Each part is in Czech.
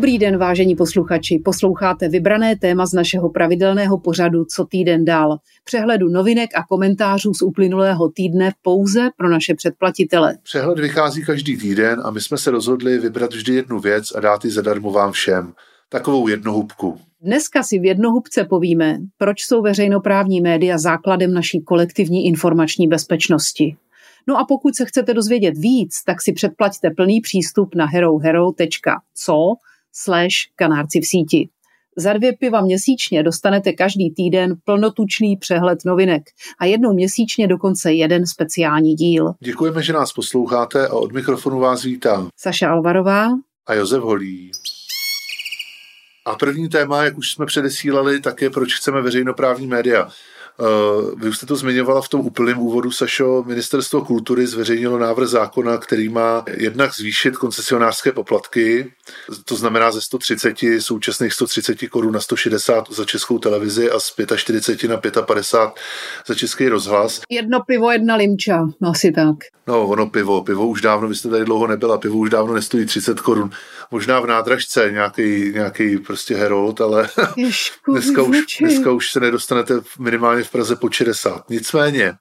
Dobrý den, vážení posluchači. Posloucháte vybrané téma z našeho pravidelného pořadu Co týden dál. Přehledu novinek a komentářů z uplynulého týdne pouze pro naše předplatitele. Přehled vychází každý týden a my jsme se rozhodli vybrat vždy jednu věc a dát ji zadarmo vám všem. Takovou jednohubku. Dneska si v jednohubce povíme, proč jsou veřejnoprávní média základem naší kolektivní informační bezpečnosti. No a pokud se chcete dozvědět víc, tak si předplaťte plný přístup na herohero.co/kanárci v síti. Za 2 piva měsíčně dostanete každý týden plnotučný přehled novinek a jednou měsíčně dokonce jeden speciální díl. Děkujeme, že nás posloucháte a od mikrofonu vás vítá Saša Alvarová a Josef Holý. A první téma, jak už jsme předesílali, tak je, proč chceme veřejnoprávní média. Vy už jste to zmiňovala v tom úplném úvodu, Sašo. Ministerstvo kultury zveřejnilo návrh zákona, který má jednak zvýšit koncesionářské poplatky, to znamená ze 130, současných 130 korun na 160 za Českou televizi a z 45 na 55 za Český rozhlas. Jedno pivo, jedna limča, no asi tak. No, ono pivo už dávno, vy jste tady dlouho nebyla, pivo už dávno nestojí 30 korun. Možná v nádražce nějaký prostě Herold, ale dneska už se nedostanete minimálně v Praze po 60. Nicméně,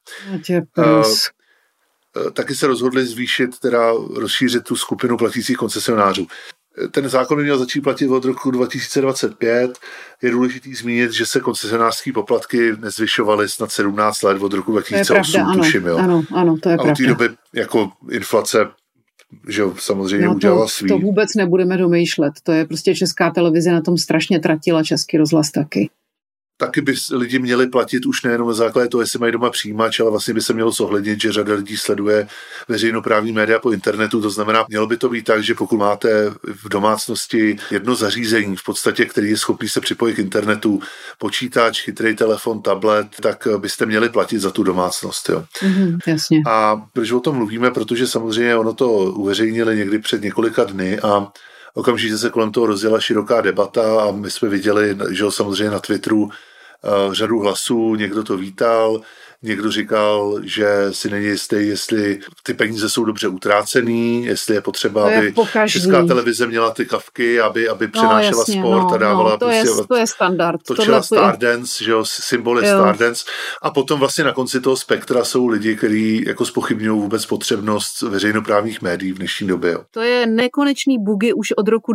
taky se rozhodli rozšířit tu skupinu platících koncesionářů. Ten zákon by měl začít platit od roku 2025. Je důležitý zmínit, že se koncesionářské poplatky nezvyšovaly snad 17 let od roku 2008, pravda, tuším. Jo. Ano, to je pravda. A od té doby jako inflace, že samozřejmě udělala svý. To vůbec nebudeme domýšlet. To je prostě Česká televize na tom strašně tratila, Český rozhlas taky. Taky by lidi měli platit už nejenom na základě toho, jestli mají doma přijímač, ale vlastně by se mělo zohlednit, že řada lidí sleduje veřejnoprávní média po internetu. To znamená, mělo by to být tak, že pokud máte v domácnosti jedno zařízení, v podstatě, který je schopný se připojit k internetu, počítač, chytrý telefon, tablet, tak byste měli platit za tu domácnost. Jo. Jasně. A proč o tom mluvíme? Protože samozřejmě ono to uveřejnili někdy před několika dny a okamžitě se kolem toho rozjela široká debata a my jsme viděli, že samozřejmě na Twitteru řadu hlasů, někdo to vítal, někdo říkal, že si není jistý, jestli ty peníze jsou dobře utrácený, jestli je potřeba, aby Česká televize měla ty kavky, aby přenášela sport a dávala... To je standard. Točila Stardance, že jo, symbol je Stardance. A potom vlastně na konci toho spektra jsou lidi, kteří jako zpochybňují vůbec potřebnost veřejnoprávních médií v dnešní době. Jo. To je nekonečný bugy už od roku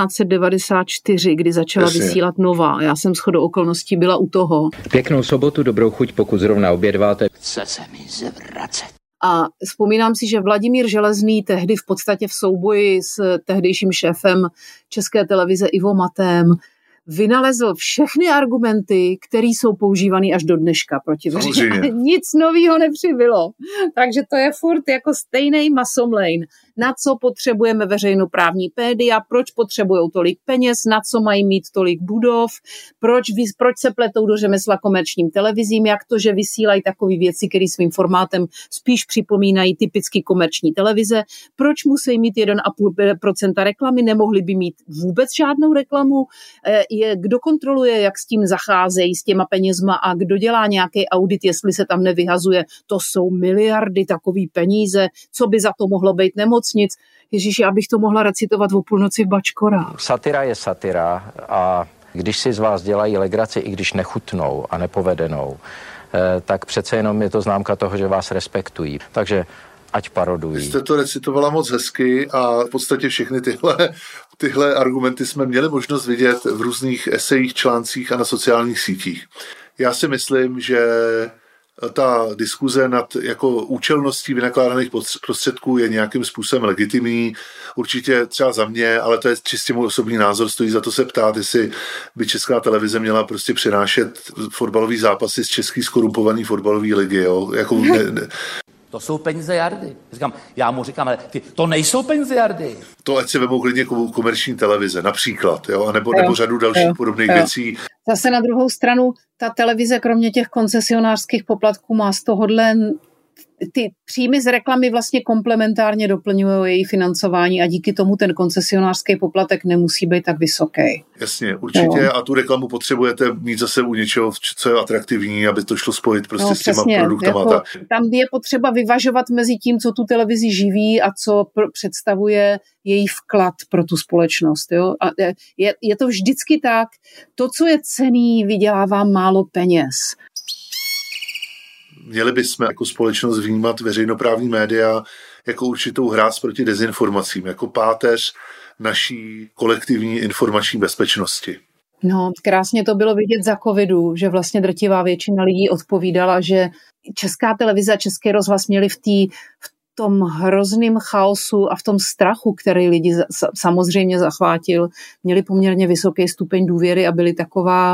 1994, kdy začala vysílat Nova. Já jsem shodou okolností byla u toho. Pěknou sobotu, dobrou chuť, pokud zrovna obědváte. Chce se mi zvracet. A vzpomínám si, že Vladimír Železný tehdy v podstatě v souboji s tehdejším šéfem České televize Ivo Matem vynalezl všechny argumenty, které jsou používané až do dneška proti veřejnosti. Nic nového nepřibylo. Takže to je furt jako stejnej masomlejn. Na co potřebujeme veřejnoprávní média, proč potřebují tolik peněz, na co mají mít tolik budov, proč se pletou do řemesla komerčním televizím, jak to, že vysílají takové věci, které svým formátem spíš připomínají typicky komerční televize, proč musí mít 1,5% reklamy, nemohli by mít vůbec žádnou reklamu, kdo kontroluje, jak s tím zacházejí, s těma penězma a kdo dělá nějaký audit, jestli se tam nevyhazuje, to jsou miliardy takový peníze, co by za to mohlo být nemocnic. Ježíši, abych to mohla recitovat o půlnoci v Bačkorách. Satira je satira a když si z vás dělají legraci, i když nechutnou a nepovedenou, tak přece jenom je to známka toho, že vás respektují. Takže ať parodují. Vy jste to recitovala moc hezky a v podstatě všechny tyhle argumenty jsme měli možnost vidět v různých esejích, článcích a na sociálních sítích. Já si myslím, že ta diskuze nad jako účelností vynakládaných prostředků je nějakým způsobem legitimní. Určitě třeba za mě, ale to je čistě můj osobní názor, stojí za to se ptát, jestli by Česká televize měla prostě přenášet fotbalový zápasy z český skorumpovaný fotbalový ligy. Jo? Jako To jsou peníze jardy. Já mu říkám, ale to nejsou peníze jardy. To ať si vemou klidně komerční televize, například, jo? Nebo řadu dalších podobných věcí. Zase na druhou stranu, ta televize kromě těch koncesionářských poplatků má z tohohle ty příjmy z reklamy vlastně komplementárně doplňují její financování a díky tomu ten koncesionářský poplatek nemusí být tak vysoký. Jasně, určitě. Jo. A tu reklamu potřebujete mít zase u něčeho, co je atraktivní, aby to šlo spojit prostě s těma produktama. Jako, tam je potřeba vyvažovat mezi tím, co tu televizi živí a co představuje její vklad pro tu společnost. Jo? A je to vždycky tak, to, co je cenný, vydělává málo peněz. Měli bychom jako společnost vnímat veřejnoprávní média jako určitou hráz proti dezinformacím, jako páteř naší kolektivní informační bezpečnosti. No, krásně to bylo vidět za covidu, že vlastně drtivá většina lidí odpovídala, že Česká televize a Český rozhlas měli v tom hrozném chaosu a v tom strachu, který lidi samozřejmě zachvátil, měli poměrně vysoký stupeň důvěry a byli taková,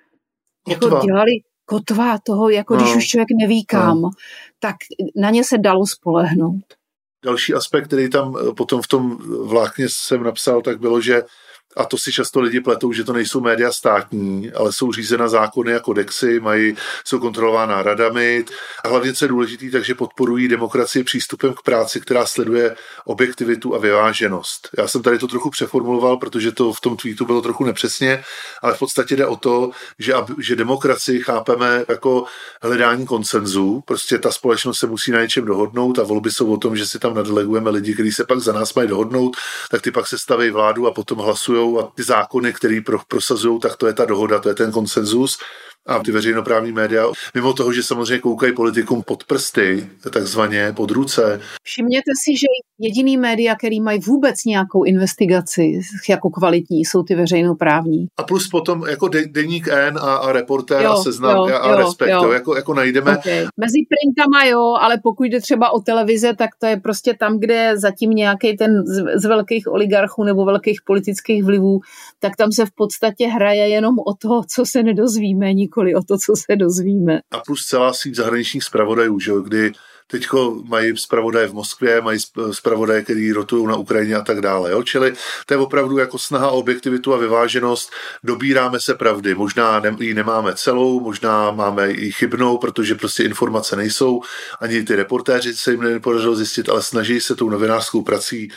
jako dělali kotva toho, jako když už člověk neví kam, tak na ně se dalo spolehnout. Další aspekt, který tam potom v tom vlákně jsem napsal, tak bylo, že a to si často lidi pletou, že to nejsou média státní, ale jsou řízena zákony a kodexy, jsou kontrolována radami. A hlavně, co je důležitý, takže podporují demokracii přístupem k práci, která sleduje objektivitu a vyváženost. Já jsem tady to trochu přeformuloval, protože to v tom tweetu bylo trochu nepřesně, ale v podstatě jde o to, že demokracii chápeme jako hledání konsenzu. Prostě ta společnost se musí na něčem dohodnout a volby jsou o tom, že si tam nadelegujeme lidi, kteří se pak za nás mají dohodnout, tak ty pak se staví vládu a potom hlasují a ty zákony, které prosazují, tak to je ta dohoda, to je ten konsenzus. A ty veřejnoprávní média, mimo toho, že samozřejmě koukají politikům pod prsty, takzvaně pod ruce. Všimněte si, že jediný média, který mají vůbec nějakou investigaci jako kvalitní, jsou ty veřejnoprávní. A plus potom jako Deník N a Reportér a Seznam a Respekt, jako najdeme. Okay. Mezi printama ale pokud jde třeba o televize, tak to je prostě tam, kde je zatím nějaký ten z velkých oligarchů nebo velkých politických vlivů, tak tam se v podstatě hraje jenom o to, co se nedozvíme, nikoli o to, co se dozvíme. A plus celá síť zahraničních zpravodajů, že jo, kdy teďko mají zpravodaje v Moskvě, mají zpravodaje, který rotují na Ukrajině a tak dále. Jo? Čili to je opravdu jako snaha o objektivitu a vyváženost. Dobíráme se pravdy. Možná ji nemáme celou, možná máme ji chybnou, protože prostě informace nejsou. Ani ty reportéři se jim nepodařilo zjistit, ale snaží se tou novinářskou prací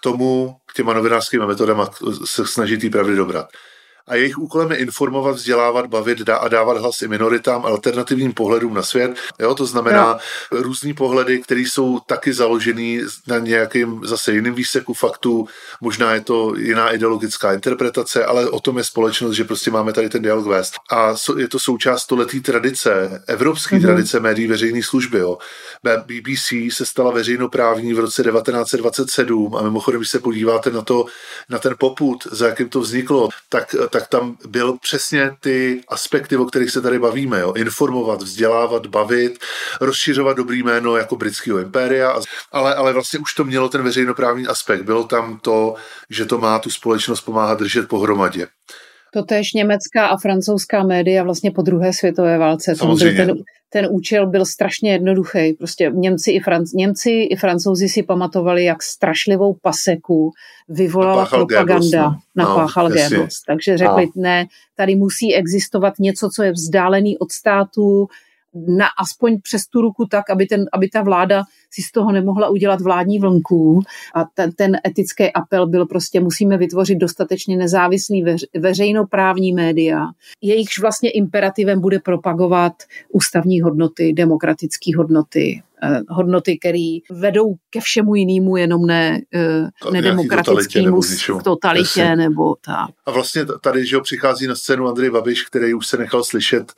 k těma novinářskými metodama se snažit ty pravdy dobrat. A jejich úkolem je informovat, vzdělávat, bavit a dávat hlas i minoritám, alternativním pohledům na svět. Jo, to znamená různý pohledy, které jsou taky založený na nějakým zase jiným výseku faktů. Možná je to jiná ideologická interpretace, ale o tom je společnost, že prostě máme tady ten dialog vést. A je to součást stoletý tradice, evropské tradice médií veřejné služby. Jo. BBC se stala veřejnoprávní v roce 1927 a mimochodem, když se podíváte na ten popud, za jakým to vzniklo, tak tam byl přesně ty aspekty, o kterých se tady bavíme. Jo? Informovat, vzdělávat, bavit, rozšiřovat dobrý jméno jako britského impéria, ale vlastně už to mělo ten veřejnoprávní aspekt. Bylo tam to, že to má tu společnost pomáhat držet pohromadě. Totéž německá a francouzská média vlastně po druhé světové válce. Ten účel byl strašně jednoduchý. Prostě Němci i Francouzi si pamatovali, jak strašlivou paseku vyvolala propaganda. Napáchal Goebbels. Takže řekli, ne, tady musí existovat něco, co je vzdálený od státu, aspoň přes tu ruku tak, aby ta vláda si z toho nemohla udělat vládní vlnku. A ten etický apel byl prostě, musíme vytvořit dostatečně nezávislý veřejnoprávní média. Jejichž vlastně imperativem bude propagovat ústavní hodnoty, demokratické hodnoty, které vedou ke všemu jinému, jenom ne nedemokratickému k totalitě nebo tak. A vlastně tady, že přichází na scénu Andrej Babiš, který už se nechal slyšet,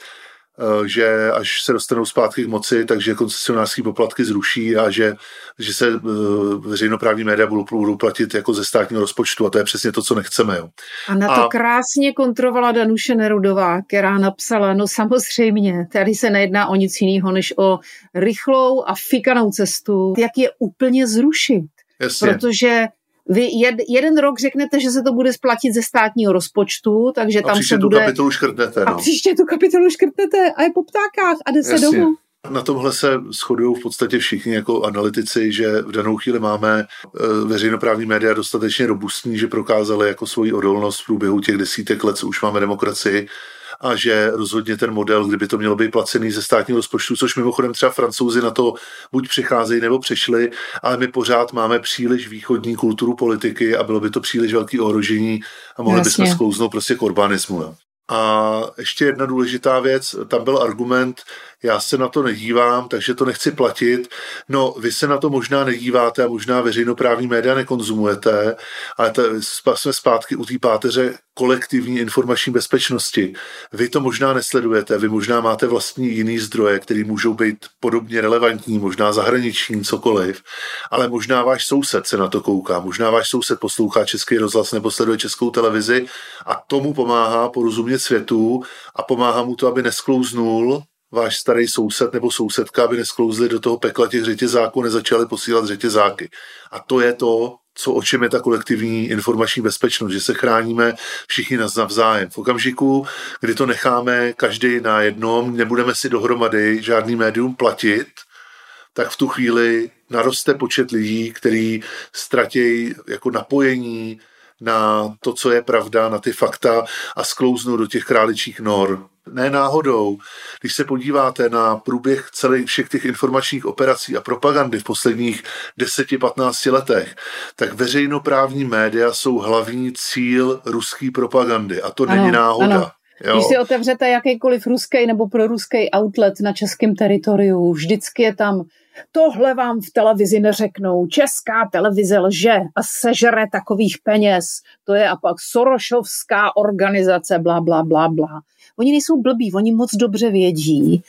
že až se dostanou zpátky k moci, takže koncesionářské poplatky zruší a že se veřejnoprávní média budou platit jako ze státního rozpočtu a to je přesně to, co nechceme. Jo. A na to krásně kontrovala Danuše Nerudová, která napsala, no samozřejmě, tady se nejedná o nic jiného, než o rychlou a fikanou cestu, jak je úplně zrušit. Jasně. Protože vy jeden rok řeknete, že se to bude splatit ze státního rozpočtu, takže tam se bude... A kapitolu škrtnete. A příště tu kapitolu škrtnete a je po ptákách a jde se domů. Na tomhle se shodují v podstatě všichni jako analytici, že v danou chvíli máme veřejnoprávní média dostatečně robustní, že prokázali jako svoji odolnost v průběhu těch desítek let, co už máme demokracii a že rozhodně ten model, kdyby to mělo být placený ze státního rozpočtu, což mimochodem třeba Francouzi na to buď přicházejí nebo přišli, ale my pořád máme příliš východní kulturu politiky a bylo by to příliš velký ohrožení a mohli bychom sklouznout prostě k urbanismu. No. A ještě jedna důležitá věc, tam byl argument, já se na to nedívám, takže to nechci platit. No, vy se na to možná nedíváte a možná veřejnoprávní média nekonzumujete, ale jsme zpátky u té páteře kolektivní informační bezpečnosti. Vy to možná nesledujete, vy možná máte vlastní jiný zdroje, které můžou být podobně relevantní, možná zahraniční, cokoliv, ale možná váš soused se na to kouká, možná váš soused poslouchá Český rozhlas nebo sleduje Českou televizi a tomu pomáhá porozumět světu a pomáhá mu to, aby nesklouznul váš starý soused nebo sousedka, aby nesklouzli do toho pekla těch řetězáků, nezačali posílat řetězáky. A to je to, o čem je ta kolektivní informační bezpečnost, že se chráníme všichni navzájem. V okamžiku, kdy to necháme každý na jednom, nebudeme si dohromady žádný médium platit, tak v tu chvíli naroste počet lidí, kteří ztratí jako napojení na to, co je pravda, na ty fakta a sklouznou do těch králičích nor. Ne náhodou, když se podíváte na průběh všech těch informačních operací a propagandy v posledních 10-15 letech, tak veřejnoprávní média jsou hlavní cíl ruské propagandy a to není náhoda. Ano. Jo. Když si otevřete jakýkoliv ruský nebo proruský outlet na českém teritoriu, vždycky je tam tohle vám v televizi neřeknou, česká televize lže a sežere takových peněz, to je a pak Sorosovská organizace, blá, blá, blá, blá. Oni nejsou blbí, oni moc dobře vědí,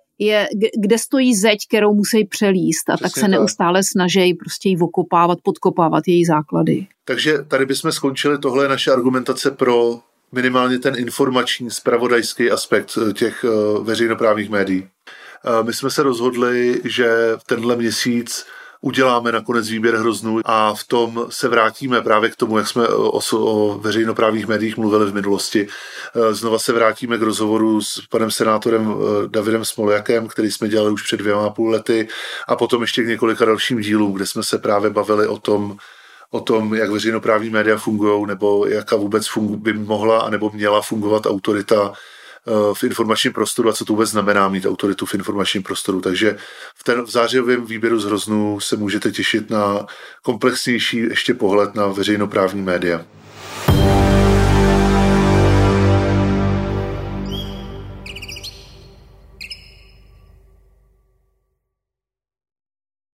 kde stojí zeď, kterou musí přelíst a tak se neustále snaží prostě ji okopávat, podkopávat její základy. Takže tady bychom skončili, tohle je naše argumentace pro minimálně ten informační, zpravodajský aspekt těch veřejnoprávních médií. My jsme se rozhodli, že tenhle měsíc uděláme nakonec výběr hroznů a v tom se vrátíme právě k tomu, jak jsme o veřejnoprávních médiích mluvili v minulosti. Znova se vrátíme k rozhovoru s panem senátorem Davidem Smoljakem, který jsme dělali už před 2,5 lety a potom ještě k několika dalším dílům, kde jsme se právě bavili o tom, jak veřejnoprávní média fungují, nebo jaká vůbec by mohla anebo měla fungovat autorita v informačním prostoru a co to vůbec znamená mít autoritu v informačním prostoru. Takže v zářijovém výběru z hroznů se můžete těšit na komplexnější ještě pohled na veřejnoprávní média.